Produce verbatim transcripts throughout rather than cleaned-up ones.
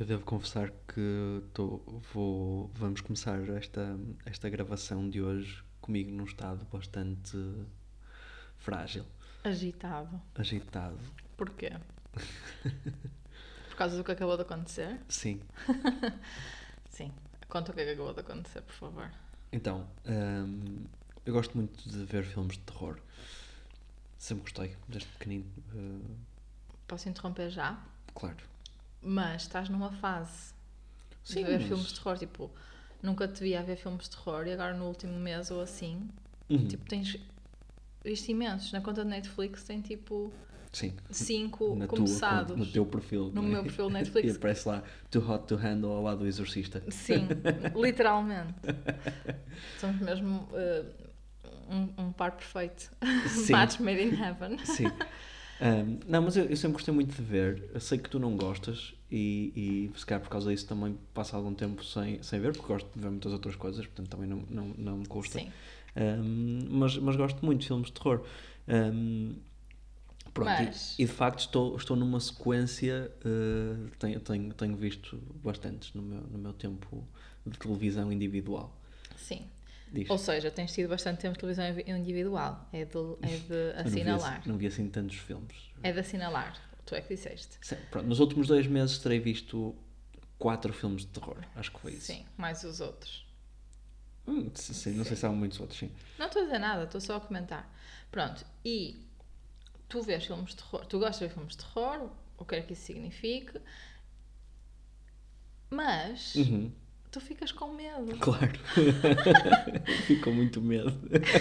Eu devo confessar que tô, vou, vamos começar esta, esta gravação de hoje comigo num estado bastante frágil, Agitado. agitado. Porquê? Por causa do que acabou de acontecer? Sim. Sim. Conta o que é que acabou de acontecer, por favor. Então, hum, eu gosto muito de ver filmes de terror. Sempre gostei, desde pequenino. Uh, Posso interromper já? claro. Mas estás numa fase Sim, de ver mas... filmes de terror, tipo, nunca te via a ver filmes de terror e agora no último mês ou assim, Uhum. tipo, tens visto imensos. Na conta de Netflix tem tipo Sim. cinco Na começados. Tua, no teu perfil. No não é? meu perfil Netflix. E aparece lá Too Hot to Handle ao lado do Exorcista. Sim, literalmente. Somos mesmo uh, um, um par perfeito. Sim. Match made in heaven. Sim. Um, não, mas eu, eu sempre gostei muito de ver. Eu sei que tu não gostas e, e se calhar por causa disso também passo algum tempo sem, sem ver, porque gosto de ver muitas outras coisas, portanto também não, não, não me custa. Sim. Um, mas, mas gosto muito de filmes de terror. Um, pronto, Mas... e, e de facto estou, estou numa sequência, uh, tenho, tenho, tenho visto bastantes no meu, no meu tempo de televisão individual. Sim. Diz. Ou seja, tens tido bastante tempo de televisão individual. É de, é de assinalar. Não vi, assim, não vi assim tantos filmes. É de assinalar. Tu é que disseste. Sim, pronto, nos últimos dois meses terei visto quatro filmes de terror. Acho que foi isso. Sim, mais os outros. Hum, sim, sim, não sei se há muitos outros, sim. Não estou a dizer nada, estou só a comentar. Pronto, e tu vês filmes de terror, tu gostas de ver filmes de terror, o que quer que isso signifique, mas Uhum. tu ficas com medo. Claro. Fico com muito medo.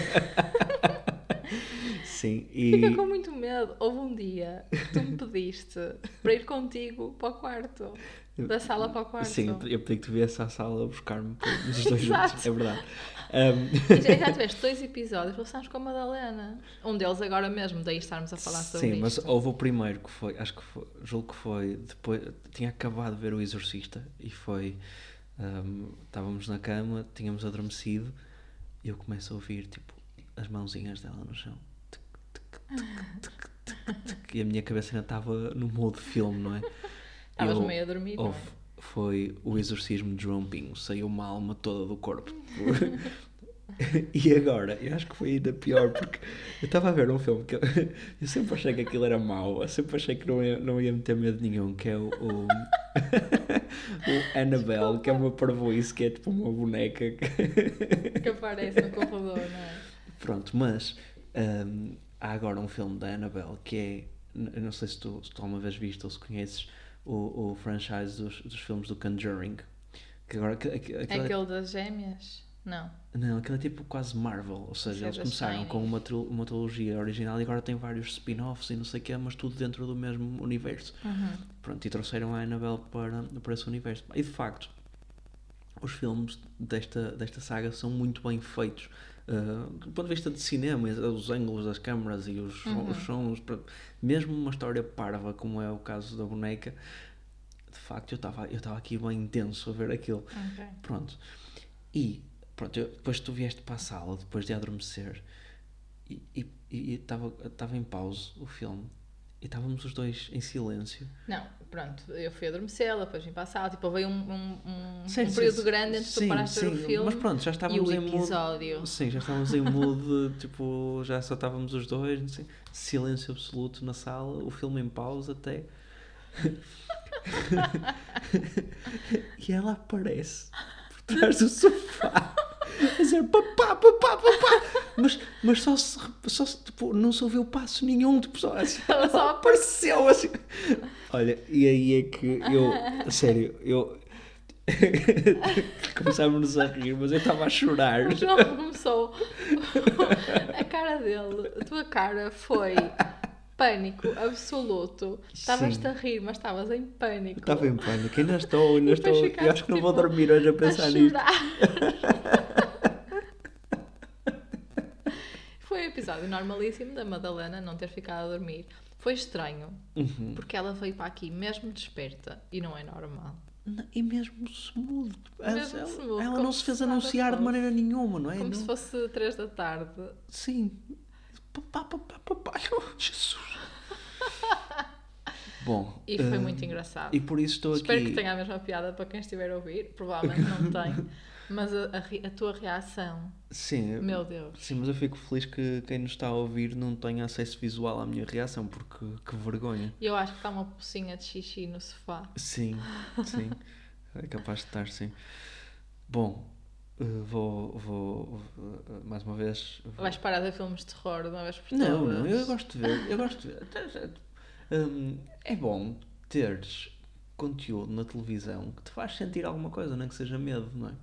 Sim, e... Fica com muito medo. Houve um dia que tu me pediste para ir contigo para o quarto. Da sala para o quarto. Sim, eu pedi que tu viesse à sala buscar-me os dois juntos, é verdade. Um... E já, já tiveste dois episódios relacionados com a Madalena. Um deles agora mesmo, daí estarmos a falar sobre Sim, isto. mas houve o primeiro que foi, acho que foi, julgo que foi, depois, tinha acabado de ver O Exorcista e foi, um, estávamos na cama, tínhamos adormecido e eu começo a ouvir, tipo, as mãozinhas dela no chão. Tuc, tuc, tuc, tuc, tuc, tuc, e a minha cabeça ainda estava no modo de filme, não é? Estavas meio a dormir, não é? Foi o exorcismo de João Pinho, saiu uma alma toda do corpo. E agora, eu acho que foi ainda pior, porque eu estava a ver um filme que eu, eu sempre achei que aquilo era mau, eu sempre achei que não ia, não ia meter medo nenhum, que é o, o, o Annabelle, que é uma parvoíce, que é tipo uma boneca que, que aparece no corredor, não é? Pronto, mas um, há agora um filme da Annabelle que é, eu não sei se tu, se tu alguma vez viste ou se conheces o, o franchise dos, dos filmes do Conjuring, que agora que, que, é aquele é... das gêmeas? Não. Não, aquele é tipo quase Marvel, ou seja, eles começaram com uma, uma trilogia original e agora tem vários spin-offs e não sei o que, mas tudo dentro do mesmo universo. Uhum. Pronto, e trouxeram a Annabelle para, para esse universo. E de facto, os filmes desta, desta saga são muito bem feitos. Uh, do ponto de vista de cinema, os ângulos das câmaras e os, uhum. os sons, mesmo uma história parva, como é o caso da boneca, de facto eu estava eu estava aqui bem intenso a ver aquilo. Okay. Pronto. E pronto, eu, depois tu vieste para a sala, depois de adormecer, e estava em pausa o filme. E estávamos os dois em silêncio. Não, pronto, eu fui adormecer, depois vim para a sala, tipo, veio um, um, um, sim, um período sim, grande entre tu paraste de ver o filme. Mas pronto, já estávamos e o em episódio. mood. Sim, já estávamos em mood, tipo, já só estávamos os dois, assim, silêncio absoluto na sala, o filme em pausa até. E ela aparece por trás do sofá. A dizer papá, papá, papá, mas, mas só se, só se tipo, não se ouviu passo nenhum, tipo, só, assim, ela só apareceu assim. Olha, e aí é que eu, sério, eu começámos a rir, mas eu estava a chorar. O João começou, a cara dele, a tua cara foi pânico absoluto. Estavas-te a rir, mas estavas em pânico. Estava em pânico, ainda estou, ainda estou, eu acho que não tipo, vou dormir hoje a pensar a nisto. Foi um episódio normalíssimo da Madalena não ter ficado a dormir. Foi estranho, uhum. porque ela veio para aqui mesmo desperta e não é normal. Não, e mesmo smooth. Mesmo ela smooth, ela não se fez anunciar fosse. de maneira nenhuma, não é? Como não... se fosse três da tarde. Sim. Papá, papá, papá. Oh, Jesus. Bom, E foi uh, muito engraçado. E por isso estou Espero aqui. que tenha a mesma piada para quem estiver a ouvir. Provavelmente não tem. Mas a, a, a tua reação, Sim, meu Deus. sim, mas eu fico feliz que quem nos está a ouvir não tenha acesso visual à minha reação, porque que vergonha. Eu acho que está uma pocinha de xixi no sofá. Sim, sim. É capaz de estar, sim. Bom, uh, vou, vou, uh, mais uma vez. Vou... Vais parar de ver filmes de terror de uma vez por Não, todas? não, eu gosto de ver. Eu gosto de ver. Um, é bom teres conteúdo na televisão que te faz sentir alguma coisa, nem que seja medo, não é?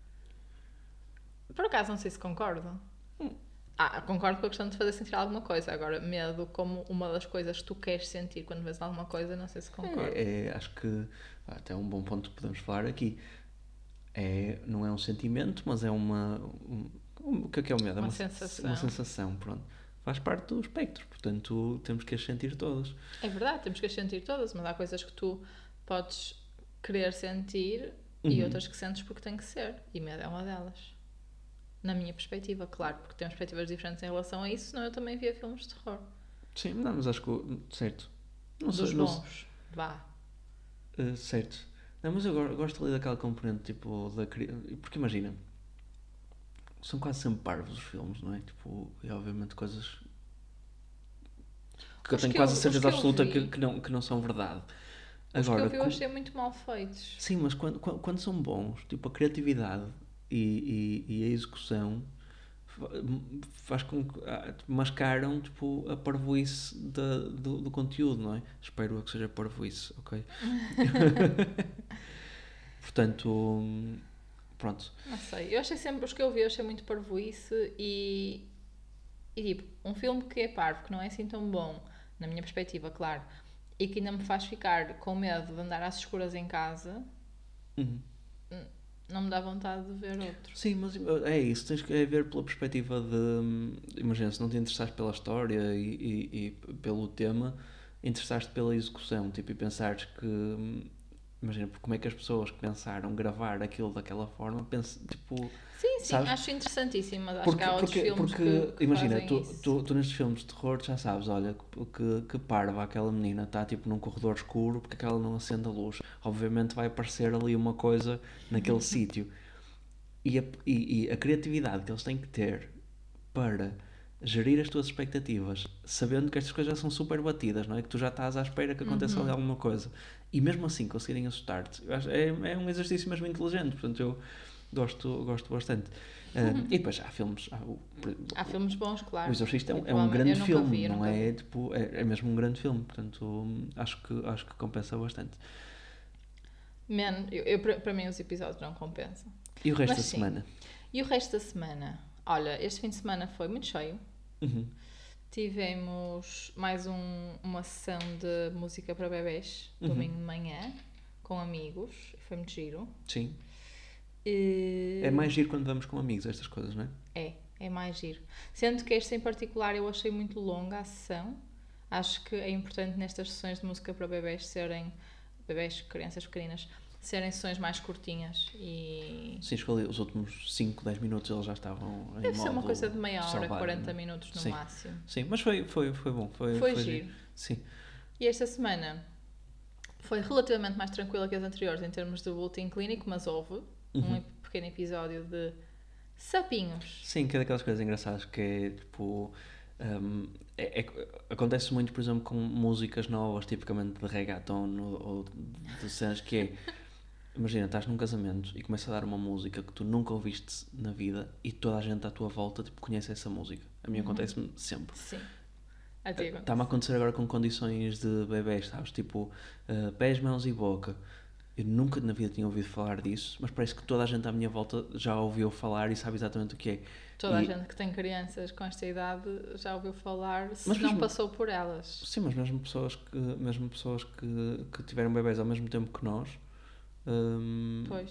Por acaso, não sei se concordo. Hum. Ah, concordo com a questão de fazer sentir alguma coisa. Agora, medo como uma das coisas que tu queres sentir quando vês alguma coisa, não sei se concordo. É, é, acho que até é um bom ponto que podemos falar aqui. É, não é um sentimento, mas é uma. Um, o que é que é o medo? É Uma uma sensação. Uma sensação, pronto. Faz parte do espectro, portanto temos que as sentir todas. É verdade, temos que as sentir todas, mas há coisas que tu podes querer sentir Uhum. e outras que sentes porque tem que ser. E medo é uma delas. Na minha perspectiva, claro, porque temos perspectivas diferentes em relação a isso, senão eu também via filmes de terror. Sim, não, mas acho que. Certo. Não Dos sei, não bons, sei, vá. uh, certo. Não, mas eu go- gosto ali daquela componente, tipo, da cri- porque imagina, são quase sempre parvos os filmes, não é? Tipo, e obviamente coisas que eu Os tenho que quase eu- a os certeza que eu absoluta vi- que, que, não, que não são verdade. Os que Agora, eu vi eu com- achei muito mal feitos. sim, mas quando, quando, quando são bons, tipo, a criatividade e, e, e a execução fa- faz com que ah, mascaram tipo, a parvoíce da, do, do conteúdo, não é? Espero que seja parvoíce, ok? Portanto, hum, pronto. Não sei, eu achei sempre, os que eu vi eu achei muito parvoíce e, e tipo, um filme que é parvo, que não é assim tão bom, na minha perspectiva, claro, e que ainda me faz ficar com medo de andar às escuras em casa, Uhum. não me dá vontade de ver outro. Sim, mas é isso, tens que é ver pela perspectiva de. hum, Imagina, se não te interessaste pela história e, e, e pelo tema, interessaste pela execução, tipo, e pensares que. hum, Imagina, como é que as pessoas que pensaram gravar aquilo daquela forma, pens, tipo. Sim, sim, Sabes? acho interessantíssimo, mas acho Porque, que há outros porque, filmes porque que, que imagina, fazem tu, isso. tu, tu nestes filmes de terror já sabes, olha, que, que, que parva aquela menina está tipo num corredor escuro porque aquela não acende a luz. Obviamente vai aparecer ali uma coisa naquele sítio. E a, e, e a criatividade que eles têm que ter para gerir as tuas expectativas, sabendo que estas coisas já são super batidas, não é? Que tu já estás à espera que aconteça ali alguma coisa. E mesmo assim conseguirem assustar-te. Eu acho- É, é um exercício mesmo inteligente, portanto eu gosto, gosto bastante. Um, e depois há filmes. Há o, Há filmes bons, claro. o Exorcista é um, E é um provavelmente- grande eu nunca filme, vi, eu não nunca é? vi. Tipo, é, é mesmo um grande filme, portanto hum, acho que, acho que compensa bastante. Man, eu, eu- para para mim os episódios não compensam. E o resto Mas da sim. semana? E o resto da semana? Olha, este fim de semana foi muito cheio. Uhum. Tivemos mais um- uma sessão de música para bebés, Uhum. domingo de manhã, com amigos. Foi muito giro. Sim. E- É mais giro quando vamos com amigos, estas coisas, não é? É, é mais giro. Sendo que este em particular eu achei muito longa a sessão. Acho que é importante nestas sessões de música para bebés serem, bebés, crianças pequeninas, serem sessões mais curtinhas e Sim, escolhi os últimos cinco, dez minutos eles já estavam em deve ser uma modo coisa de meia hora, selvagem, quarenta não é? minutos no Sim. máximo. Sim, mas foi, foi, foi bom. Foi, Foi giro. Sim. E esta semana foi relativamente mais tranquila que as anteriores em termos de Bulletin Clínico, mas houve Uhum. um pequeno episódio de sapinhos. Sim, que é daquelas coisas engraçadas que é tipo. hum, é- é- acontece muito, por exemplo, com músicas novas, tipicamente de reggaeton ou, ou de cenas que é. Imagina, estás num casamento e começa a dar uma música que tu nunca ouviste na vida e toda a gente à tua volta tipo, conhece essa música. A mim acontece-me sempre. Sim. A ti acontece. Está-me a acontecer agora com condições de bebés, sabes? Tipo, uh, pés, mãos e boca. Eu nunca na vida tinha ouvido falar disso, mas parece que toda a gente à minha volta já ouviu falar e sabe exatamente o que é. Toda E- a gente que tem crianças com esta idade já ouviu falar, se Mas não mesmo- passou por elas. Sim, mas mesmo pessoas que, mesmo pessoas que, que tiveram bebés ao mesmo tempo que nós, hum, Pois.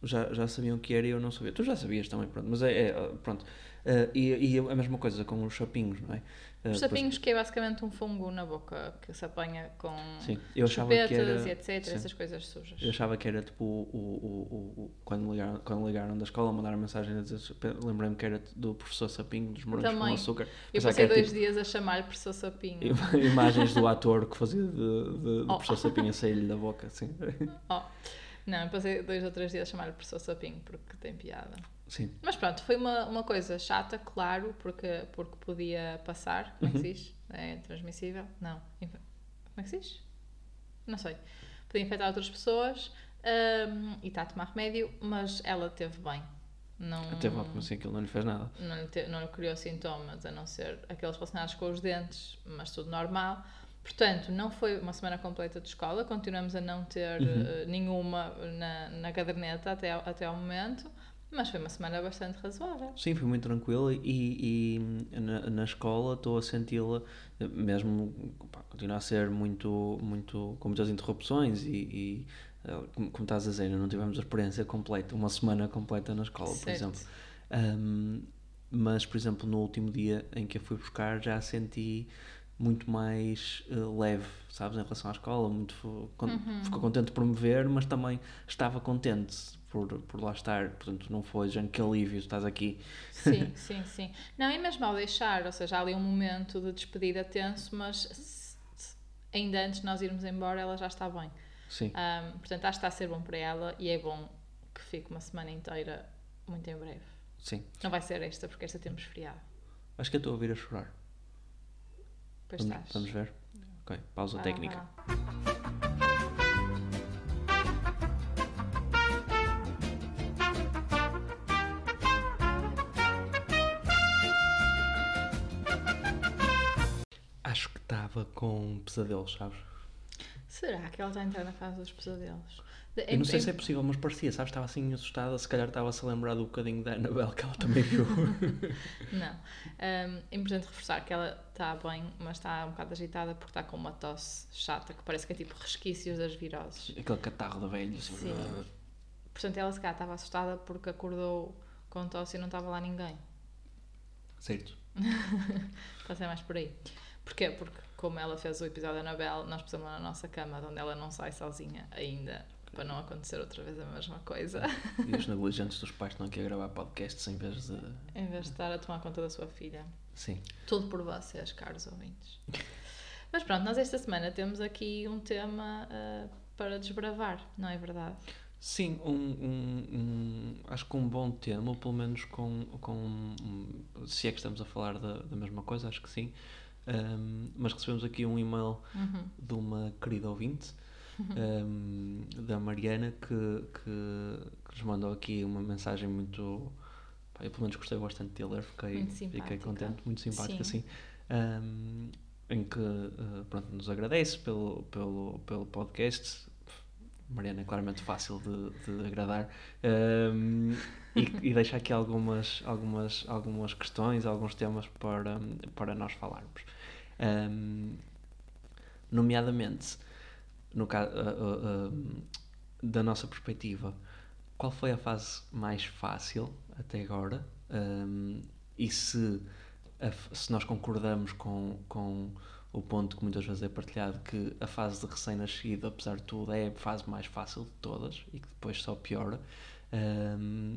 já, já sabiam o que era e eu não sabia. Tu já sabias também, pronto. Mas é, é pronto. Uh, e, e a mesma coisa com os chapinhos, não é? Uh, Os sapinhos, que é basicamente um fungo na boca que se apanha com sim, eu achava que era, e etcétera. sim. Essas coisas sujas. Eu achava que era tipo o, o, o, o, quando, ligaram, quando ligaram da escola, mandaram mensagem a dizer, lembrei-me que era do professor Sapinho, dos morangos Também. com açúcar. Eu passei dois tipo, dias a chamar-lhe professor Sapinho. Imagens do ator que fazia de, de, de oh. professor Sapinho a sair-lhe da boca, assim. Oh. Não, passei dois ou três dias a chamar-lhe professor Sapinho, porque tem piada. Sim. Mas pronto, foi uma, uma coisa chata, claro, porque, porque podia passar, como é que se diz? É transmissível? Não. Como é que se diz? Não sei. Podia infectar outras pessoas um, e está a tomar remédio, mas ela teve bem. Não, teve ótimo, assim, aquilo não lhe fez nada. Não lhe, te, não lhe criou sintomas, a não ser aqueles relacionados com os dentes, mas tudo normal. Portanto, não foi uma semana completa de escola, continuamos a não ter uhum. uh, nenhuma na, na caderneta até, até ao momento. Mas foi uma semana bastante razoável. Sim, foi muito tranquila e, e na, na escola estou a senti-la, mesmo, pá, continua a ser muito, muito, com muitas interrupções e, e como, como estás a dizer, não tivemos a experiência completa, uma semana completa na escola, certo. por exemplo. Um, mas, por exemplo, no último dia em que eu fui buscar, já senti muito mais uh, leve, sabes, em relação à escola, muito, con- uhum. ficou contente por me ver, mas também estava contente por, por lá estar, portanto não foi, já que alívio, estás aqui. Sim, sim, sim. Não, e mesmo ao deixar, ou seja, há ali um momento de despedida tenso, mas se, se, ainda antes de nós irmos embora ela já está bem. Sim. Um, portanto, acho que está a ser bom para ela e é bom que fique uma semana inteira muito em breve. Sim. Não vai ser esta, porque esta temos feriado. Acho que eu estou a ouvir a chorar. Pois vamos, estás. Vamos ver? Ok, pausa ah, técnica. Ah. Acho que estava com pesadelos, sabes? Será que ela está a entrar na fase dos pesadelos? De, eu não sei em... se é possível, mas parecia, sabes? Estava assim assustada, se calhar estava-se a lembrar do bocadinho da Annabelle que ela também viu. Não. Um, é importante reforçar que ela está bem, mas está um bocado agitada porque está com uma tosse chata, que parece que é tipo resquícios das viroses. Aquele catarro da velha. Assim. Sim. Portanto, ela se calhar estava assustada porque acordou com tosse e não estava lá ninguém. Certo. Passei mais por aí. Porquê? Porque como ela fez o episódio da Annabelle, nós pusemos na nossa cama, de onde ela não sai sozinha ainda, para não acontecer outra vez a mesma coisa. E os negligentes dos pais estão aqui a gravar podcasts em vez de... Em vez de estar a tomar conta da sua filha. Sim. Tudo por vocês, caros ouvintes. Mas pronto, nós esta semana temos aqui um tema uh, para desbravar, não é verdade? Sim, um, um, um, acho que um bom tema, ou pelo menos com, com um, se é que estamos a falar da, da mesma coisa, acho que sim. Um, mas recebemos aqui um e-mail uhum. de uma querida ouvinte, um, da Mariana, que, que, que nos mandou aqui uma mensagem muito... Pá, eu pelo menos gostei bastante de ler, fiquei, fiquei contente, muito simpática, sim. assim, um, em que uh, pronto, nos agradece pelo, pelo, pelo podcast. Mariana é claramente fácil de, de agradar, um, e, e deixa aqui algumas, algumas, algumas questões, alguns temas para, para nós falarmos. Um, nomeadamente, no caso, uh, uh, uh, da nossa perspectiva, qual foi a fase mais fácil até agora? Um, e se, a, se nós concordamos com... com o ponto que muitas vezes é partilhado, que a fase de recém-nascido, apesar de tudo, é a fase mais fácil de todas e que depois só piora. Um,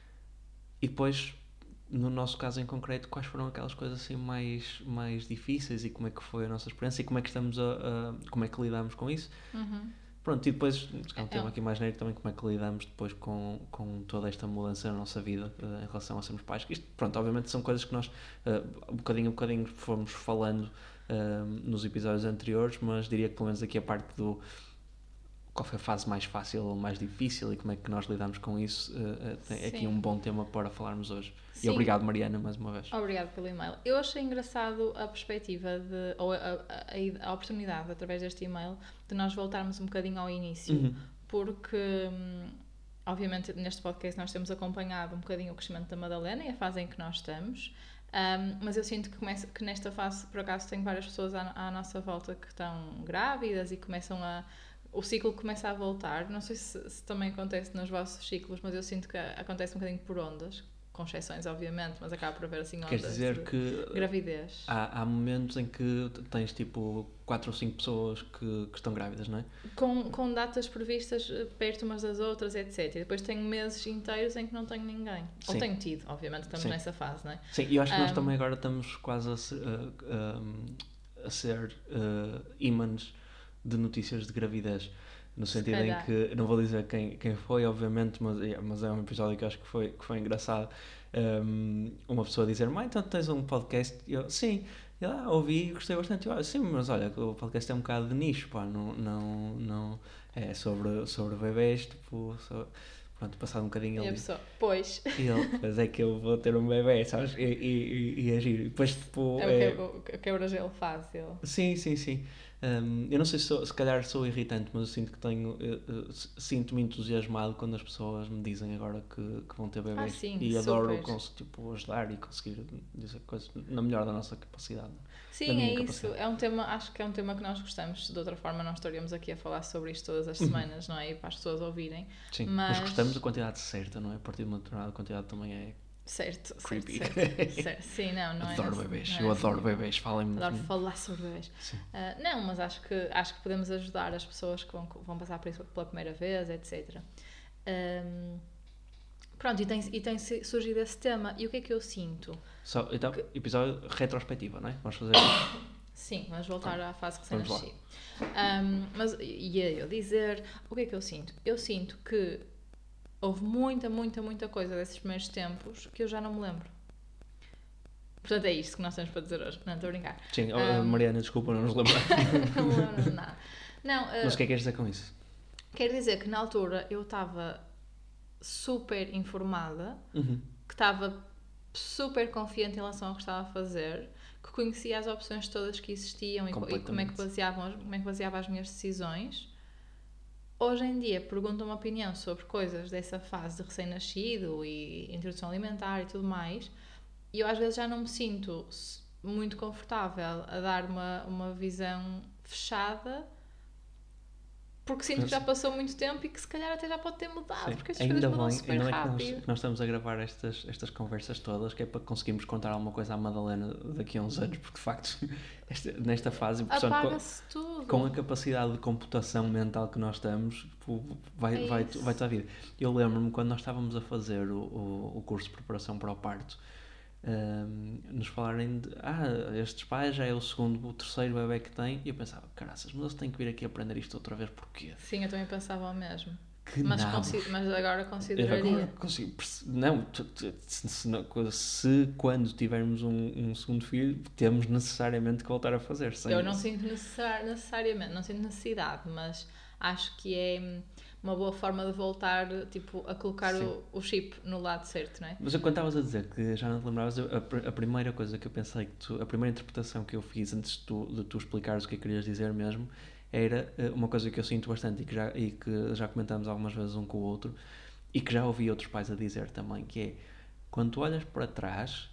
e depois, no nosso caso em concreto, quais foram aquelas coisas assim mais, mais difíceis e como é que foi a nossa experiência e como é que estamos a, a como é que lidamos com isso. Uhum. Pronto, e depois, se calhar um tema aqui mais genérico também, como é que lidamos depois com, com toda esta mudança na nossa vida uh, em relação a sermos pais. Isto, pronto, obviamente são coisas que nós, uh, um bocadinho a bocadinho, fomos falando uh, nos episódios anteriores, mas diria que pelo menos aqui a parte do qual foi a fase mais fácil ou mais difícil e como é que nós lidamos com isso, uh, é aqui um bom tema para falarmos hoje. Sim. E obrigado, Mariana, mais uma vez. Obrigado pelo e-mail. Eu achei engraçado a perspectiva, de, ou a, a, a oportunidade, através deste e-mail, de nós voltarmos um bocadinho ao início, uhum. porque, obviamente, neste podcast nós temos acompanhado um bocadinho o crescimento da Madalena e a fase em que nós estamos, um, mas eu sinto que, começa, que nesta fase, por acaso, tenho várias pessoas à, à nossa volta que estão grávidas e começam a o ciclo começa a voltar. Não sei se, se também acontece nos vossos ciclos, mas eu sinto que acontece um bocadinho por ondas, com exceções, obviamente, mas acaba por haver assim ondas Queres dizer de que gravidez. há, há momentos em que tens tipo quatro ou cinco pessoas que, que estão grávidas, não é? Com, com datas previstas perto umas das outras, etcétera. E depois tenho meses inteiros em que não tenho ninguém. Ou Sim. tenho tido, obviamente, estamos Sim. nessa fase, não é? Sim, e eu acho que nós Um, também agora estamos quase a ser, a, a- a ser uh, ímãs de notícias de gravidez. No Se sentido em calhar. que, não vou dizer quem, quem foi, obviamente, mas, é- mas é um episódio que acho que foi, que foi engraçado. Um, uma pessoa dizer, mãe, então tens um podcast? E eu, sim. E lá, ouvi e gostei bastante. Eu, sim, mas olha, o podcast é um bocado de nicho, pá, não, não, não é sobre, sobre bebês, tipo, sobre, pronto, passado um bocadinho E a ali. pessoa, pois. E ele, mas é que eu vou ter um bebê, sabes? E, e, e, e agir. E depois, tipo. É o é... que o quebra-gelo fácil. Sim, sim, sim. Um, eu não sei se, sou, se calhar sou irritante, mas eu sinto que tenho. Eu, eu, sinto-me entusiasmado quando as pessoas me dizem agora que, que vão ter bebês. Ah, sim, e super. adoro cons, tipo, ajudar e conseguir dizer coisas na melhor da nossa capacidade. Sim, da minha é capacidade. isso. É um tema, acho que é um tema que nós gostamos. De outra forma, não estaríamos aqui a falar sobre isto todas as semanas, não é? E para as pessoas ouvirem. Sim, mas... mas gostamos da quantidade certa, não é? A partir de uma determinada quantidade também é. Certo, Creepy. certo, certo, certo. Sim, não, não adoro é. bebês, Não eu é adoro assim. bebês, falem-me. Adoro falar sobre bebês. Uh, não, mas acho que, acho que podemos ajudar as pessoas que vão, vão passar por isso pela primeira vez, etcétera. Um, pronto, e tem, e tem surgido esse tema. E o que é que eu sinto? Só, então, que... episódio retrospectiva, não é? Vamos fazer isso. Sim, vamos voltar ah, à fase recém-nascida. Um, mas ia eu dizer, o que é que eu sinto? Eu sinto que houve muita, muita, muita coisa desses primeiros tempos que eu já não me lembro. Portanto, é isto que nós temos para dizer hoje. Não, estou a brincar. Sim, um, Mariana, desculpa, não nos lembrar. não me lembro de nada. Não, uh, mas o que é que queres dizer com isso? Quero dizer que na altura eu estava super informada, uhum. que estava super confiante em relação ao que estava a fazer, que conhecia as opções todas que existiam e, e como é que baseavam, como é que baseava as minhas decisões. Hoje em dia pergunto uma opinião sobre coisas dessa fase de recém-nascido e introdução alimentar e tudo mais, e eu às vezes já não me sinto muito confortável a dar uma, uma visão fechada, porque sinto que já passou muito tempo e que se calhar até já pode ter mudado. Sim. Porque estas ainda coisas mudam bem, super ainda rápido. bem que nós, nós estamos a gravar estas, estas conversas todas, que é para conseguirmos contar alguma coisa à Madalena daqui a uns anos, porque de facto esta, nesta fase apaga-se com, tudo. Com a capacidade de computação mental que nós temos, vai, é vai, vai toda a vida. Eu lembro-me quando nós estávamos a fazer o, o, o curso de preparação para o parto, um, nos falarem de ah, estes pais já é o segundo, o terceiro bebê que tem, e eu pensava, caraças, mas eles têm que vir aqui aprender isto outra vez, porquê? Sim, eu também pensava o mesmo. Que mas, consi- mas agora consideraria. Agora consigo, não, se, se, se quando tivermos um, um segundo filho, temos necessariamente que voltar a fazer. Sem eu não sinto necessari- necessariamente, não sinto necessidade, mas acho que é uma boa forma de voltar, tipo, a colocar o, o chip no lado certo, não é? Mas quando estavas a dizer que já não te lembravas, a, a primeira coisa que eu pensei, que tu, a primeira interpretação que eu fiz antes de tu, de tu explicares o que querias dizer mesmo, era uma coisa que eu sinto bastante e que, já, e que já comentamos algumas vezes um com o outro, e que já ouvi outros pais a dizer também, que é, quando tu olhas para trás,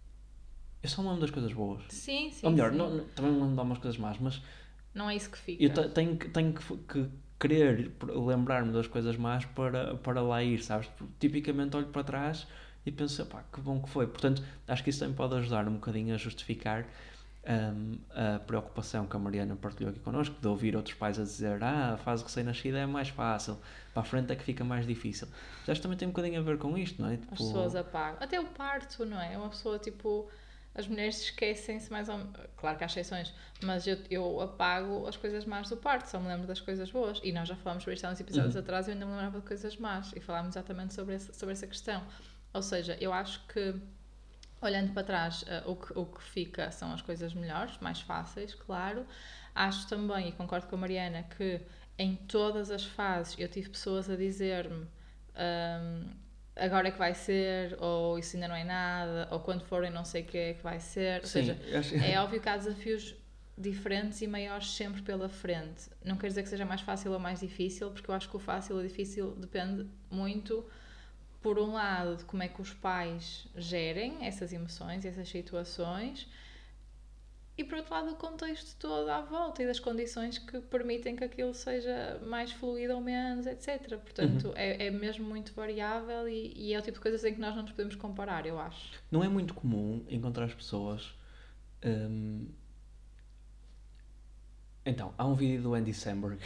eu só me lembro das coisas boas. Sim, sim, Ou melhor, sim. Não, também me lembro de algumas coisas más, mas... Não é isso que fica. Eu tenho, tenho que, que querer lembrar-me das coisas más para, para lá ir, sabes? Tipicamente olho para trás e penso, pá, que bom que foi. Portanto, acho que isso também pode ajudar um bocadinho a justificar um, a preocupação que a Mariana partilhou aqui connosco, de ouvir outros pais a dizer, ah, a fase recém-nascida é mais fácil, para a frente é que fica mais difícil. Mas acho que também tem um bocadinho a ver com isto, não é? Tipo... As pessoas apagam. Até o parto, não é? Uma pessoa, tipo... As mulheres esquecem-se mais ou menos... Claro que há exceções, mas eu, eu apago as coisas más do parto, só me lembro das coisas boas. E nós já falámos sobre isto há uns episódios uhum. atrás e eu ainda me lembrava de coisas más. E falámos exatamente sobre essa, sobre essa questão. Ou seja, eu acho que, olhando para trás, uh, o, que, o que fica são as coisas melhores, mais fáceis, claro. Acho também, e concordo com a Mariana, que em todas as fases eu tive pessoas a dizer-me... Um, agora é que vai ser, ou isso ainda não é nada, ou quando forem não sei o que é que vai ser. Ou Sim, seja, acho... é óbvio que há desafios diferentes e maiores sempre pela frente. Não quer dizer que seja mais fácil ou mais difícil, porque eu acho que o fácil ou difícil depende muito, por um lado, de como é que os pais gerem essas emoções, essas situações, E por outro lado, o contexto todo à volta e das condições que permitem que aquilo seja mais fluido ou menos, etcétera. Portanto, Uhum. é, é mesmo muito variável e, e é o tipo de coisas em que nós não nos podemos comparar, eu acho. Não é muito comum encontrar as pessoas. hum, Então, há um vídeo do Andy Samberg.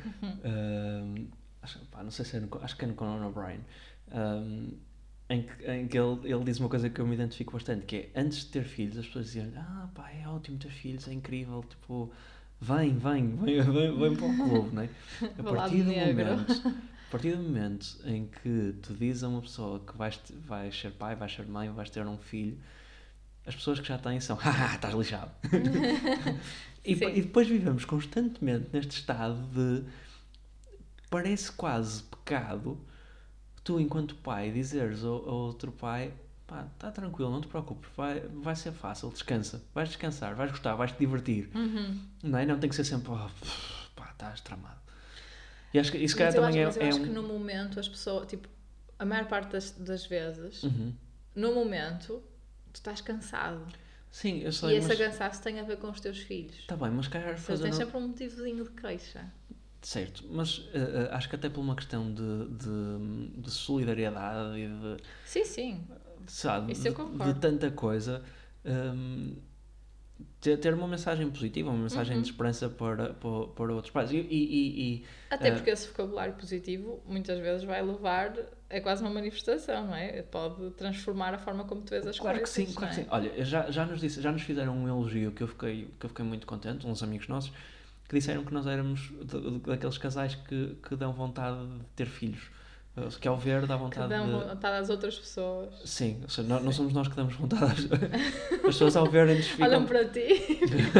hum, acho, pá, não sei se é no, acho que é no Conan O'Brien. hum, em que, em que ele, ele diz uma coisa que eu me identifico bastante, que é, antes de ter filhos, as pessoas diziam, ah pá, é ótimo ter filhos, é incrível, tipo, vem, vem, vem, vem, vem para o clube, não é? A Do lado partir do negro. momento, a partir do momento em que tu dizes a uma pessoa que vais, te- vais ser pai, vais ser mãe, vais ter um filho, as pessoas que já têm são, haha, estás lixado. E, pa- e Sim. depois vivemos constantemente neste estado de, parece quase pecado, tu, enquanto pai, dizeres ao, ao outro pai, pá, está tranquilo, não te preocupes, vai, vai ser fácil, descansa, vais descansar, vais gostar, vais te divertir, Uhum. não é? Não tem que ser sempre, oh, pá, estás tramado. E acho que isso, Mas cara, eu também acho, é, mas eu é acho que um. no momento as pessoas, tipo, a maior parte das, das vezes, Uhum. no momento, tu estás cansado. Sim, eu E sei, esse mas. cansaço tem a ver com os teus filhos. Está bem, mas calhar Ou seja, fazer. tens sempre um motivozinho de queixa. Certo, mas uh, uh, acho que até por uma questão de, de, de solidariedade e de, Sim, sim. sabe, Isso eu de, de concordo. tanta coisa, um, ter, ter uma mensagem positiva, uma mensagem de Uhum. esperança para, para, para outros pais. E, e, e, e, Até uh, porque esse vocabulário positivo muitas vezes vai levar. É quase uma manifestação, não é? Pode transformar a forma como tu vês as claro que coisas, sim, não claro que é? sim. Olha, já, já, nos disse, já nos fizeram um elogio que eu fiquei, que eu fiquei muito contente, uns amigos nossos, que disseram que nós éramos de- de- daqueles casais que, que dão vontade de ter filhos. Uh, Que ao ver dá Que vontade dão de. vontade às outras pessoas. Sim, ou seja, não, não Sim. somos nós que damos vontade às as pessoas ao verem-nos Olham ficam. para ti.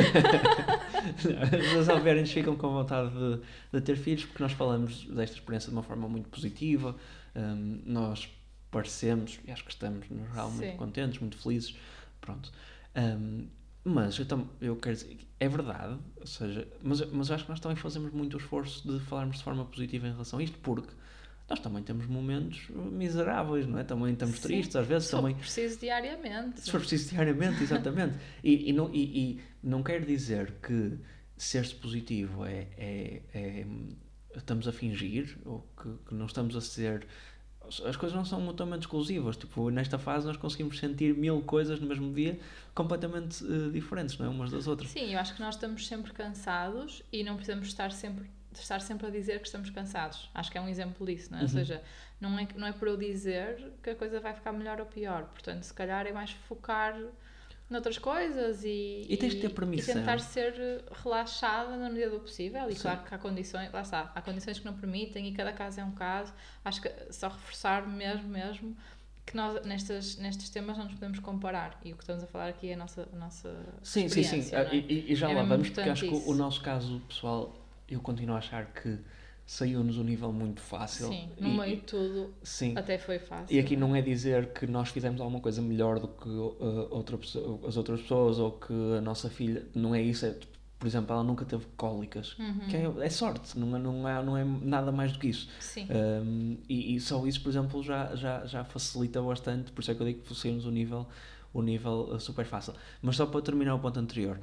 As pessoas ao verem-nos ficam com vontade de, de ter filhos porque nós falamos desta experiência de uma forma muito positiva. Um, nós parecemos, e acho que estamos no geral muito Sim. contentes, muito felizes. Pronto. Um, mas eu, tam, eu quero dizer, é verdade, ou seja, mas, mas eu acho que nós também fazemos muito o esforço de falarmos de forma positiva em relação a isto, porque nós também temos momentos miseráveis, não é? Também estamos Sim. tristes, às vezes Se for também, preciso diariamente. se for preciso diariamente, exatamente. E, e, não, e, e não quer dizer que ser-se positivo é, é, é estamos a fingir ou que, que não estamos a ser. As coisas não são mutuamente exclusivas. Tipo, nesta fase nós conseguimos sentir mil coisas no mesmo dia completamente uh, diferentes, não é? Umas das outras. Sim, eu acho que nós estamos sempre cansados e não precisamos estar sempre, estar sempre a dizer que estamos cansados. Acho que é um exemplo disso, não é? Uhum. Ou seja, não é, não é por eu dizer que a coisa vai ficar melhor ou pior. Portanto, se calhar é mais focar noutras coisas e, E tens de ter e, e permissão. tentar ser relaxada na medida do possível. E Sim. claro que há condições, lá está, há condições que não permitem e cada caso é um caso. Acho que só reforçar mesmo, mesmo que nós nestas, nestes temas não nos podemos comparar e o que estamos a falar aqui é a nossa, a nossa Sim, sim, sim. experiência, não é? E, e já É lá mesmo vamos, porque importante acho que o, o isso. nosso caso pessoal, eu continuo a achar que saiu-nos um nível muito fácil. Sim, no e, meio de tudo sim. até foi fácil. E aqui não é dizer que nós fizemos alguma coisa melhor do que uh, outra pessoa, as outras pessoas ou que a nossa filha. Não é isso. É, por exemplo, ela nunca teve cólicas. Uhum. Que é, é sorte, não é, não, é, não é nada mais do que isso. Sim. Um, e, e só isso, por exemplo, já, já, já facilita bastante. Por isso é que eu digo que saímos o nível, o nível uh, super fácil. Mas só para terminar o ponto anterior,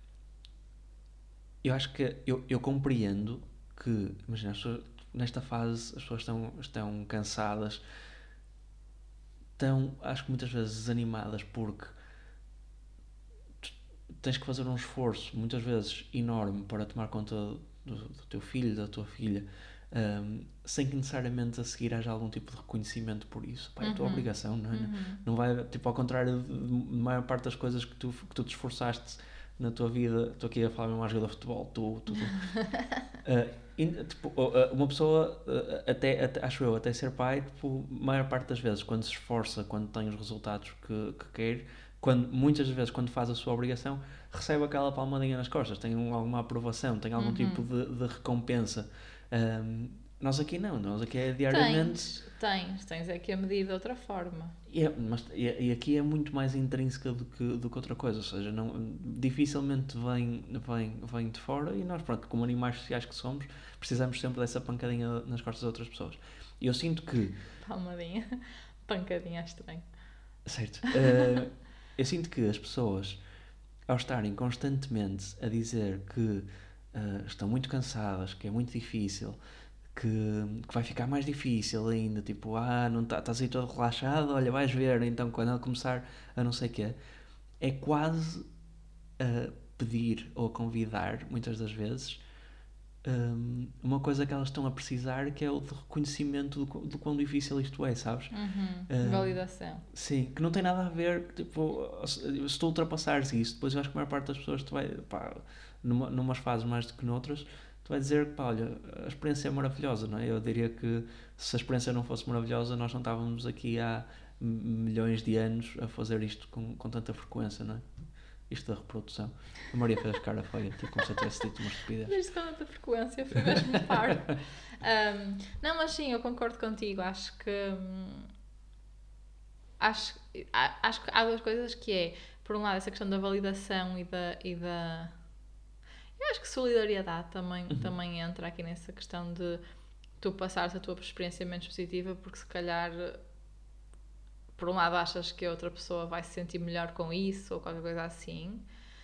eu acho que eu, eu compreendo que, imagina, as pessoas, nesta fase as pessoas estão, estão cansadas, estão, acho que muitas vezes desanimadas porque tu tens que fazer um esforço, muitas vezes enorme, para tomar conta do, do teu filho, da tua filha, um, sem que necessariamente a seguir haja algum tipo de reconhecimento por isso. Pá, é a tua Uhum. obrigação, não é? Uhum. Não vai, tipo, ao contrário de, de maior parte das coisas que tu, que tu te esforçaste na tua vida, estou aqui a falar mesmo à jogar de futebol, tu, tu, tu. Uh, in, tipo, uh, uma pessoa, uh, até, até, acho eu, até ser pai, tipo, a maior parte das vezes, quando se esforça, quando tem os resultados que, que quer, quando, muitas das vezes, quando faz a sua obrigação, recebe aquela palmadinha nas costas, tem um, alguma aprovação, tem algum Uhum. tipo de, de recompensa. Um, nós aqui não, nós aqui é Tens, diariamente. tens, tens é que a medir de outra forma. E, é, mas, e, e aqui é muito mais intrínseca do que, do que outra coisa, ou seja, não, dificilmente vem, vem, vem de fora e nós, pronto, como animais sociais que somos, precisamos sempre dessa pancadinha nas costas de outras pessoas. E eu sinto que. Palmadinha, pancadinha, é estranho. Certo. Uh, eu sinto que as pessoas ao estarem constantemente a dizer que uh, estão muito cansadas, que é muito difícil, que, que vai ficar mais difícil ainda, tipo, ah, não tá, estás aí todo relaxado, olha, vais ver, então quando ela começar a não sei o quê, é quase a pedir ou a convidar, muitas das vezes, um, uma coisa que elas estão a precisar, que é o de reconhecimento do, do quão difícil isto é, sabes? Uhum. Um, Validação. Sim, que não tem nada a ver, tipo, se tu ultrapassares isso, depois eu acho que a maior parte das pessoas tu vai, pá, numa, numas fases mais do que noutras, tu vai dizer que, pá, olha, a experiência é maravilhosa, não é? Eu diria que se a experiência não fosse maravilhosa, nós não estávamos aqui há milhões de anos a fazer isto com, com tanta frequência, não é? Isto da reprodução. A Maria fez cara feia, tipo, como se eu tivesse dito uma estupidez. Desde quando a frequência foi mesmo par. um, não, mas sim, eu concordo contigo. Acho que. Hum, acho, acho que há duas coisas que é, por um lado, essa questão da validação e da. E da eu acho que solidariedade também, uhum. também entra aqui nessa questão de tu passares a tua experiência menos positiva, porque se calhar. Por um lado achas que a outra pessoa vai se sentir melhor com isso ou qualquer coisa assim.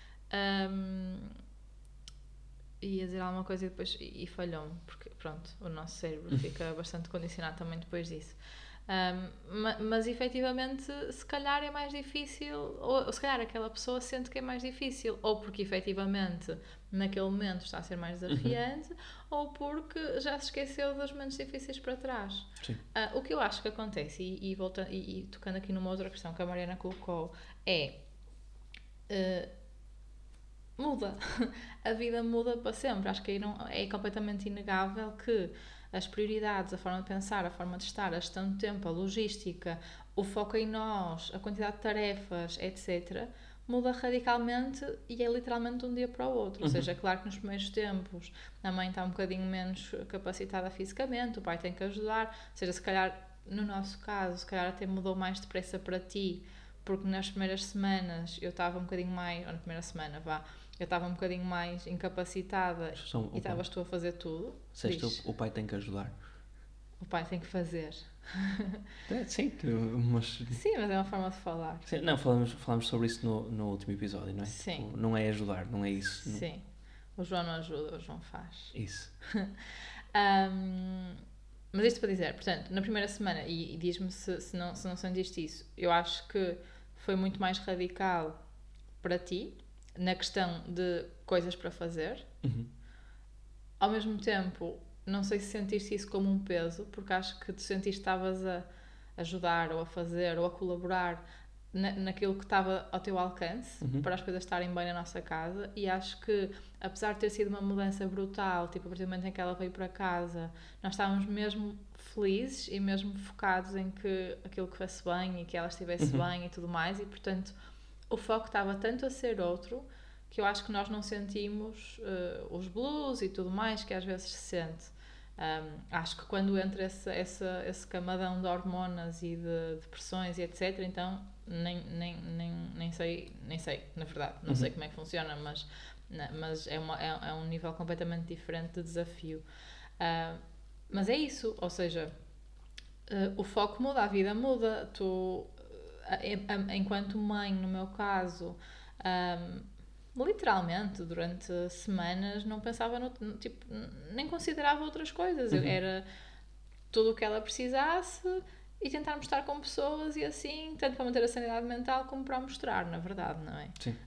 Um, ia dizer alguma coisa e depois e, e falhou-me, porque pronto, o nosso cérebro fica bastante condicionado também depois disso. Um, mas, mas efetivamente, se calhar é mais difícil, ou, ou se calhar aquela pessoa sente que é mais difícil, ou porque efetivamente naquele momento está a ser mais desafiante, uhum. ou porque já se esqueceu dos momentos difíceis para trás. Uh, o que eu acho que acontece, e, e, voltando, e, e tocando aqui numa outra questão que a Mariana colocou, é. Uh, muda. A vida muda para sempre. Acho que aí não, é completamente inegável que as prioridades, a forma de pensar, a forma de estar, a gestão de tempo, a logística, o foco em nós, a quantidade de tarefas, etcétera, muda radicalmente e é literalmente de um dia para o outro. Uhum. Ou seja, é claro que nos primeiros tempos a mãe está um bocadinho menos capacitada fisicamente, o pai tem que ajudar, ou seja, se calhar, no nosso caso, se calhar até mudou mais depressa para ti, porque nas primeiras semanas eu estava um bocadinho mais, ou na primeira semana, vá, eu estava um bocadinho mais incapacitada São, e estavas tu a fazer tudo. Disseste o, o pai tem que ajudar. O pai tem que fazer. É, sim, mas... Sim, mas é uma forma de falar. Sim, não, falamos, falamos sobre isso no, no último episódio, não é? Sim. Tipo, não é ajudar, não é isso. Sim. Não... O João não ajuda, o João faz. Isso. um, mas isto para dizer, portanto, na primeira semana, e, e diz-me se, se, não, se não sentiste isso, eu acho que foi muito mais radical para ti, na questão de coisas para fazer. Uhum. Ao mesmo tempo, não sei se sentiste isso como um peso, porque acho que tu sentiste que estavas a ajudar ou a fazer ou a colaborar na, naquilo que estava ao teu alcance, uhum. para as coisas estarem bem na nossa casa, e acho que, apesar de ter sido uma mudança brutal, tipo, a partir do momento em que ela veio para casa, nós estávamos mesmo felizes e mesmo focados em que aquilo que fosse bem e que ela estivesse uhum. bem e tudo mais, e portanto o foco estava tanto a ser outro que eu acho que nós não sentimos uh, os blues e tudo mais que às vezes se sente. Um, acho que quando entra esse, esse, esse camadão de hormonas e de depressões e etcétera, então nem, nem, nem, nem, sei, nem sei, na verdade, não uhum. sei como é que funciona, mas, mas é, uma, é, é um nível completamente diferente de desafio. Uh, mas é isso, ou seja, uh, o foco muda, a vida muda, tu... enquanto mãe, no meu caso, um, literalmente durante semanas não pensava no, tipo, nem considerava outras coisas. Uhum. Era tudo o que ela precisasse e tentarmos estar com pessoas e assim, tanto para manter a sanidade mental como para mostrar, na verdade, não é? Sim.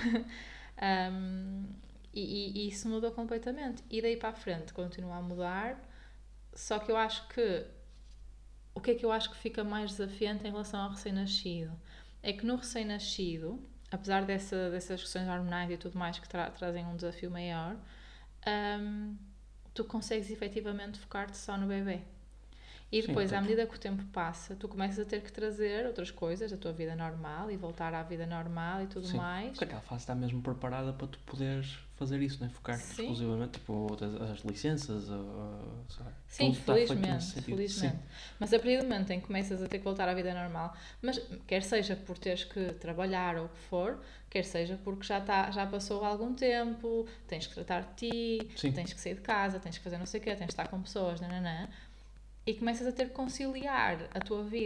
um, e, e, e isso mudou completamente. E daí para a frente continua a mudar, só que eu acho que o que é que eu acho que fica mais desafiante em relação ao recém-nascido? É que no recém-nascido, apesar dessa, dessas questões hormonais e tudo mais que tra- trazem um desafio maior, um, tu consegues efetivamente focar-te só no bebê. E depois, Sim, à medida que o tempo passa, tu começas a ter que trazer outras coisas da tua vida normal e voltar à vida normal e tudo Sim, mais. Porque aquela fase está mesmo preparada para tu poderes fazer isso, não é? Focar exclusivamente, tipo, as licenças, ou, sabe? Sim, tudo felizmente, felizmente. Sim. Mas a partir do momento em que começas a ter que voltar à vida normal, mas quer seja por teres que trabalhar ou o que for, quer seja porque já, tá, já passou algum tempo, tens que tratar de ti, Sim. tens que sair de casa, tens que fazer não sei o quê, tens que estar com pessoas, nananã, e começas a ter que conciliar a tua vida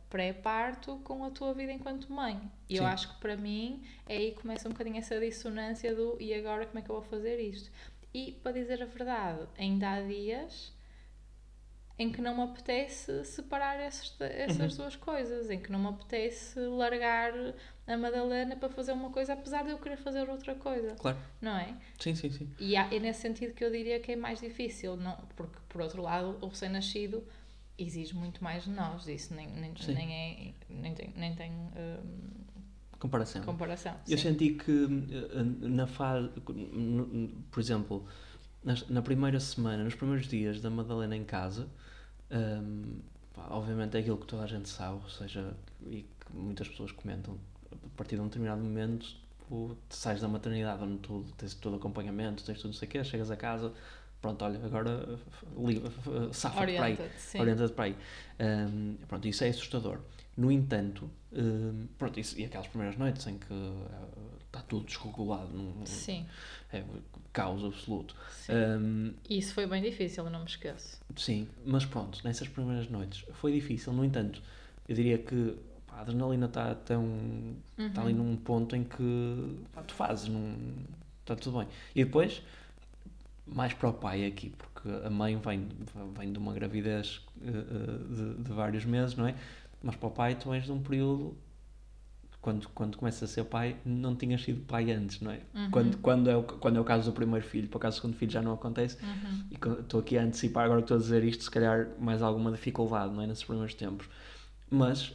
pré-parto com a tua vida enquanto mãe. E eu Sim. acho que para mim é aí que começa um bocadinho essa dissonância do e agora como é que eu vou fazer isto? E para dizer a verdade, ainda há dias em que não me apetece separar essas, essas Uhum. duas coisas, em que não me apetece largar a Madalena para fazer uma coisa, apesar de eu querer fazer outra coisa, Claro. não é? Sim, sim, sim. E há- é nesse sentido que eu diria que é mais difícil, não, porque por outro lado o recém-nascido exige muito mais de nós, isso nem, nem, Sim. nem, é, nem tem, nem tem hum, Comparação. comparação. Eu sim. senti que eh, na fase, no- por exemplo, nas- na primeira semana, nos primeiros dias da Madalena em casa, hum, pá, obviamente é aquilo que toda a gente sabe, ou seja, e que muitas pessoas comentam, a partir de um determinado momento, tu sais da maternidade onde tu tens todo o acompanhamento, tens tudo não sei o quê, chegas a casa, pronto, olha, agora liga, safa-te para aí, Orienta-te, sim. orienta-te para aí. Hum, pronto, isso é assustador. No entanto, hum, pronto, isso, e aquelas primeiras noites em que uh, está tudo desregulado, num, Sim, é caos absoluto. sim. Hum, E isso foi bem difícil, eu não me esqueço. sim, mas pronto, nessas primeiras noites foi difícil, no entanto, eu diria que pá, a adrenalina está tão. Está ali Uhum. num ponto em que pá, tu fazes, não, está tudo bem. E depois, mais para o pai aqui, porque a mãe vem, vem de uma gravidez uh, uh, de, de vários meses, não é? Mas para o pai tu és de um período, quando, quando começas a ser pai, não tinhas sido pai antes, não é? Uhum. Quando, quando, é o, quando é o caso do primeiro filho, para o caso do segundo filho já não acontece. Uhum. E quando- estou aqui a antecipar, agora estou a dizer isto, se calhar mais alguma dificuldade, não é? Nesses primeiros tempos. Mas,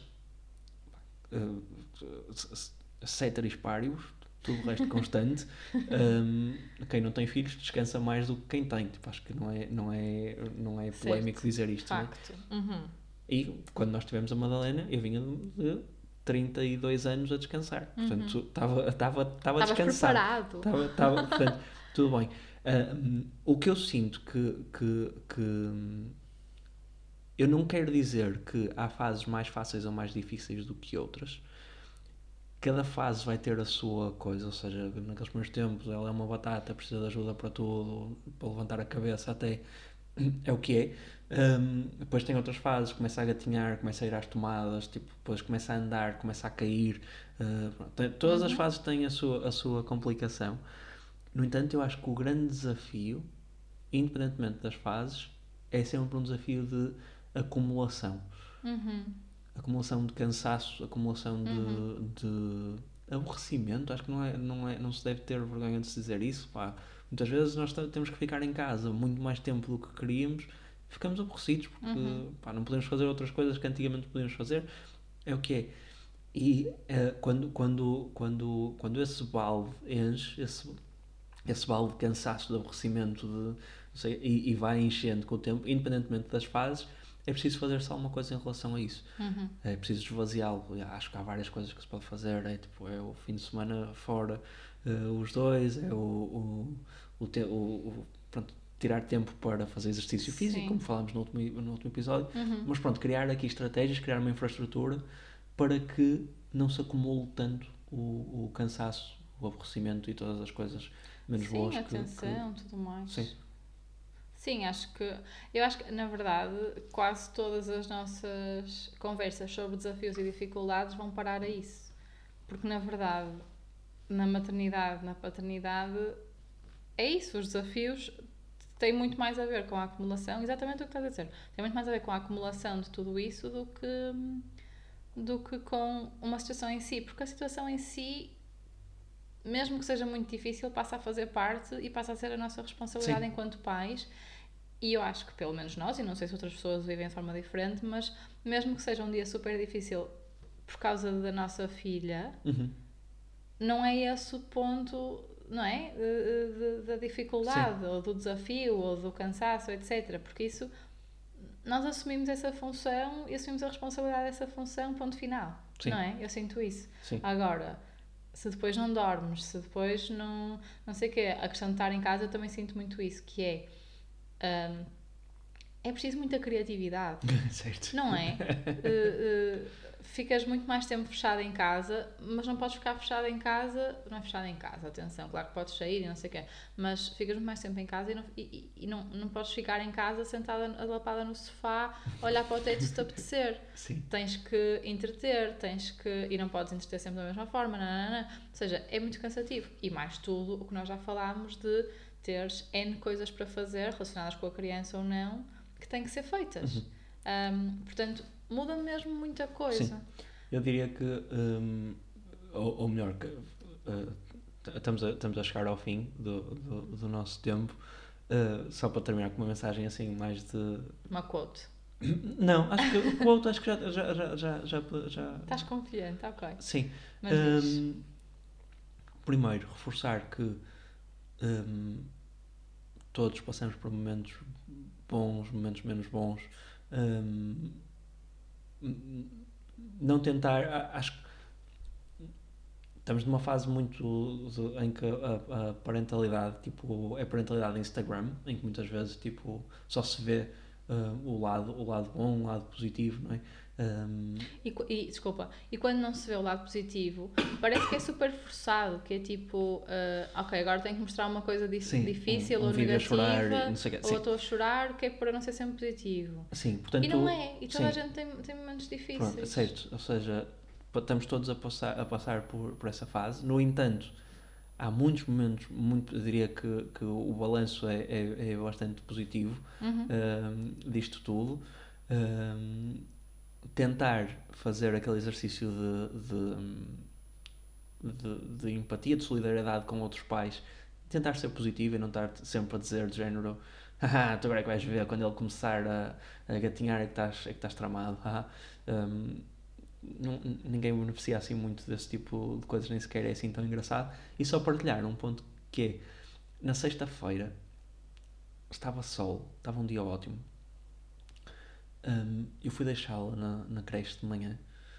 uh, ceteris paribus, tudo o resto constante. Um, quem não tem filhos descansa mais do que quem tem. Tipo, acho que não é, não é, não é polémico Certo. dizer isto. Não é? Facto. Uhum. E quando nós tivemos a Madalena, eu vinha de trinta e dois anos a descansar. Portanto, estava estava estava Estavas descansado. preparado. Estava, estava, portanto, tudo bem. Uh, o que eu sinto que, que, que eu não quero dizer que há fases mais fáceis ou mais difíceis do que outras. Cada fase vai ter a sua coisa, ou seja, naqueles primeiros tempos ela é uma batata, precisa de ajuda para tudo, para levantar a cabeça até, é o que é. Um, depois tem outras fases, começa a gatinhar, começa a ir às tomadas, tipo, depois começa a andar, começa a cair. Uh, pronto, todas as Uhum. fases têm a sua, a sua complicação. No entanto, eu acho que o grande desafio, independentemente das fases, é sempre um desafio de acumulação. Uhum. Acumulação de cansaço, acumulação de, Uhum. de aborrecimento. Acho que não, é, não, é, não se deve ter vergonha de se dizer isso. Pá. Muitas vezes nós temos que ficar em casa muito mais tempo do que queríamos, ficamos aborrecidos porque Uhum. pá, não podemos fazer outras coisas que antigamente podíamos fazer. É o que é. E uh, quando, quando, quando, quando esse balde enche, esse, esse balde de cansaço, de aborrecimento, de, não sei, e, e vai enchendo com o tempo, independentemente das fases, é preciso fazer-se alguma coisa em relação a isso. Uhum. É preciso esvaziá-lo. Acho que há várias coisas que se pode fazer. É, tipo, é o fim de semana fora, uh, os dois, é o, o, o, te, o, o pronto, tirar tempo para fazer exercício físico, Sim. como falámos no último, no último episódio. Uhum. Mas pronto, criar aqui estratégias, criar uma infraestrutura para que não se acumule tanto o, o cansaço, o aborrecimento e todas as coisas menos Sim, boas atenção, que, que... tudo mais. Sim. Sim, acho que. Eu acho que, na verdade, quase todas as nossas conversas sobre desafios e dificuldades vão parar a isso. Porque, na verdade, na maternidade, na paternidade, é isso. Os desafios têm muito mais a ver com a acumulação, exatamente o que estás a dizer. Tem muito mais a ver com a acumulação de tudo isso do que, do que com uma situação em si. Porque a situação em si, mesmo que seja muito difícil, passa a fazer parte e passa a ser a nossa responsabilidade Sim. enquanto pais. E eu acho que pelo menos nós, e não sei se outras pessoas vivem de forma diferente, mas mesmo que seja um dia super difícil por causa da nossa filha, Uhum. não é esse o ponto, não é? Da dificuldade, Sim. ou do desafio, ou do cansaço, etcétera. Porque isso, nós assumimos essa função e assumimos a responsabilidade dessa função, ponto final. Sim. Não é? Eu sinto isso. Sim. Agora, se depois não dormes, se depois não, não sei o quê, a questão de estar em casa, eu também sinto muito isso, que é Um, é preciso muita criatividade, Certo. não é? Uh, uh, ficas muito mais tempo fechado em casa, mas não podes ficar fechado em casa, não é fechado em casa, atenção, claro que podes sair e não sei o quê, mas ficas muito mais tempo em casa e não, e, e não, não podes ficar em casa sentada, alapada no sofá, a olhar para o teto se te apetecer. Sim. Tens que entreter, tens que, e não podes entreter sempre da mesma forma, nananana. Ou seja, é muito cansativo. E mais tudo o que nós já falámos de teres N coisas para fazer, relacionadas com a criança ou não, que têm que ser feitas. Uhum. Um, portanto, muda mesmo muita coisa. Sim. Eu diria que, um, ou, ou melhor, que, uh, estamos, a, estamos a chegar ao fim do, do, do nosso tempo, uh, só para terminar com uma mensagem assim mais de... Uma quote. Não, acho que o quote acho que já... já, já, já, já, já... Estás confiante, ok. Sim. Mas um, primeiro, reforçar que um, todos passamos por momentos bons, momentos menos bons. Um, não tentar, acho que estamos numa fase muito de, em que a, a parentalidade tipo, é parentalidade Instagram, em que muitas vezes tipo, só se vê uh, o, lado, o lado bom, o lado positivo, não é? Um... E, e, desculpa, e quando não se vê o lado positivo, parece que é super forçado, que é tipo, uh, ok, agora tenho que mostrar uma coisa di- Sim, difícil um, um ou vídeo negativa, a chorar, não sei o quê. ou estou a chorar, que é para não ser sempre positivo. Sim, portanto, e não é, e toda sim. a gente tem, tem momentos difíceis. Pronto, certo, ou seja, estamos todos a passar, a passar por, por essa fase. No entanto, há muitos momentos, muito, eu diria que, que o balanço é, é, é bastante positivo Uhum. um, disto tudo. Um, tentar fazer aquele exercício de, de, de, de empatia, de solidariedade com outros pais, tentar ser positivo e não estar sempre a dizer de género haha, tu agora é que vais ver quando ele começar a, a gatinhar é que estás, é que estás tramado. Um, não, ninguém beneficia assim muito desse tipo de coisas, nem sequer é assim tão engraçado. E só partilhar um ponto que é, na sexta-feira estava sol, estava um dia ótimo. Um, eu fui deixá-la na, na creche de manhã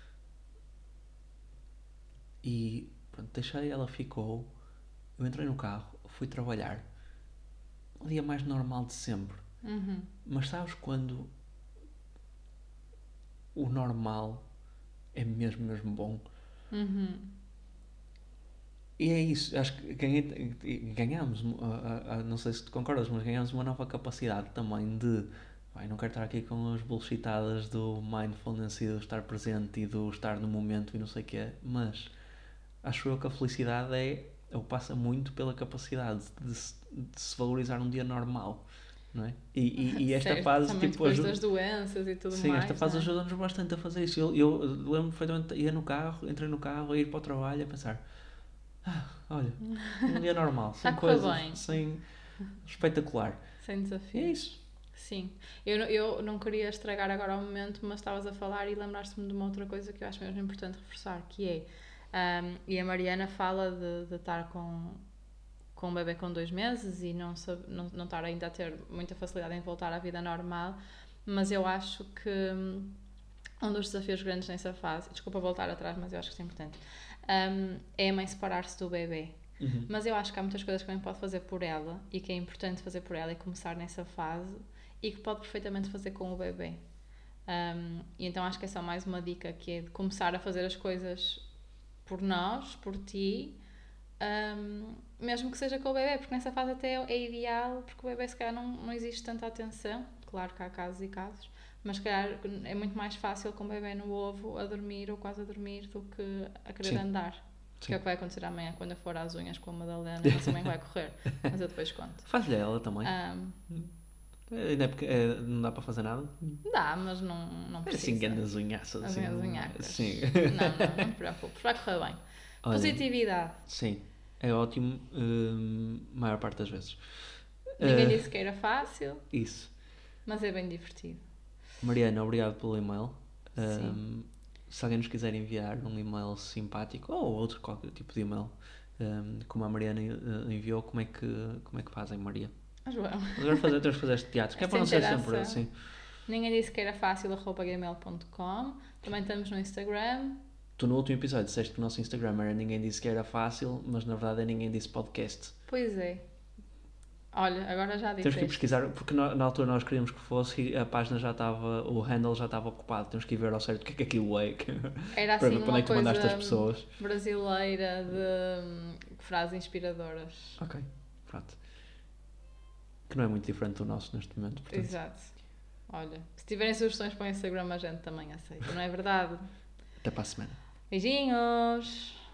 e pronto, deixei, ela ficou. Eu entrei no carro, fui trabalhar. O dia mais normal de sempre. Uhum. Mas sabes quando o normal é mesmo, mesmo bom? Uhum. E é isso, acho que ganhei, ganhamos, não sei se tu concordas, mas ganhamos uma nova capacidade também de, vai, não quero estar aqui com as bullshitadas do mindfulness e do estar presente e do estar no momento e não sei o quê, mas acho eu que a felicidade é, ou passa muito pela capacidade de se, de se valorizar um dia normal, não é? E, e, e esta certo, fase, também tipo, depois ajuda, das doenças e tudo sim, mais. esta fase é? ajuda-nos bastante a fazer isso. Eu, eu lembro perfeitamente, ia no carro, entrei no carro, a ir para o trabalho, a pensar, ah, olha, um dia normal, sem Está a correr coisas, bem. sem espetacular. Sem desafio. E é isso. Sim. Eu, não- eu não queria estragar agora o momento, mas estavas a falar e lembraste-me de uma outra coisa que eu acho mesmo importante reforçar, que é, um, e a Mariana fala de, de estar com, com um bebê com dois meses e não, sabe, não, não estar ainda a ter muita facilidade em voltar à vida normal, mas eu acho que hum, um dos desafios grandes nessa fase, desculpa voltar atrás, mas eu acho que isso é importante, um, é a mãe separar-se do bebê. Uhum. Mas eu acho que há muitas coisas que a mãe pode fazer por ela e que é importante fazer por ela e começar nessa fase e que pode perfeitamente fazer com o bebê. Um, e então acho que essa é mais uma dica, que é de começar a fazer as coisas por nós, por ti, um, mesmo que seja com o bebê, porque nessa fase até é ideal, porque o bebê se calhar não, não existe tanta atenção, claro que há casos e casos, mas se calhar é muito mais fácil com o bebê no ovo a dormir ou quase a dormir do que a querer Sim. andar. Sim. Que é o que vai acontecer amanhã quando eu for às unhas com a Madalena, não sei como é que vai correr, mas eu depois conto. Faz-lhe a ela também. Um, Ainda é porque é, não dá para fazer nada. dá, mas não, não É precisa. assim, grandes unhaças. As Assim, unhas não é? unhacas. Sim. Não, não, não te preocupes, vai correr bem. Olha, Positividade. sim, é ótimo, hum, maior parte das vezes. Ninguém Uh, disse que era fácil, Isso. mas é bem divertido. Mariana, obrigado pelo e-mail. Sim. Um, se alguém nos quiser enviar um e-mail simpático ou outro qualquer tipo de e-mail, um, como a Mariana uh, enviou, como é que, como é que fazem, Maria? Ah, João. Agora fazer, temos que fazer este teatro, que é Esta para não ser interação. sempre assim. Ninguém disse que era fácil, arroba gmail ponto com. Também estamos no Instagram. Tu no último episódio disseste que o nosso Instagram era Ninguém Disse Que Era Fácil, mas na verdade é Ninguém Disse Podcast. Pois é. Olha, agora já Temos que ir disseste. pesquisar, porque na, na altura nós queríamos que fosse e a página já estava, o handle já estava ocupado. Temos que ir ver ao certo o que é que aquilo é. que- Era para assim ver para onde é uma que tu mandaste as coisa pessoas. brasileira de hum, frases inspiradoras. Ok, pronto. Que não é muito diferente do nosso neste momento. Portanto. Exato. Olha, se tiverem sugestões para o Instagram, a gente também aceita, não é verdade? Até para a semana. Beijinhos!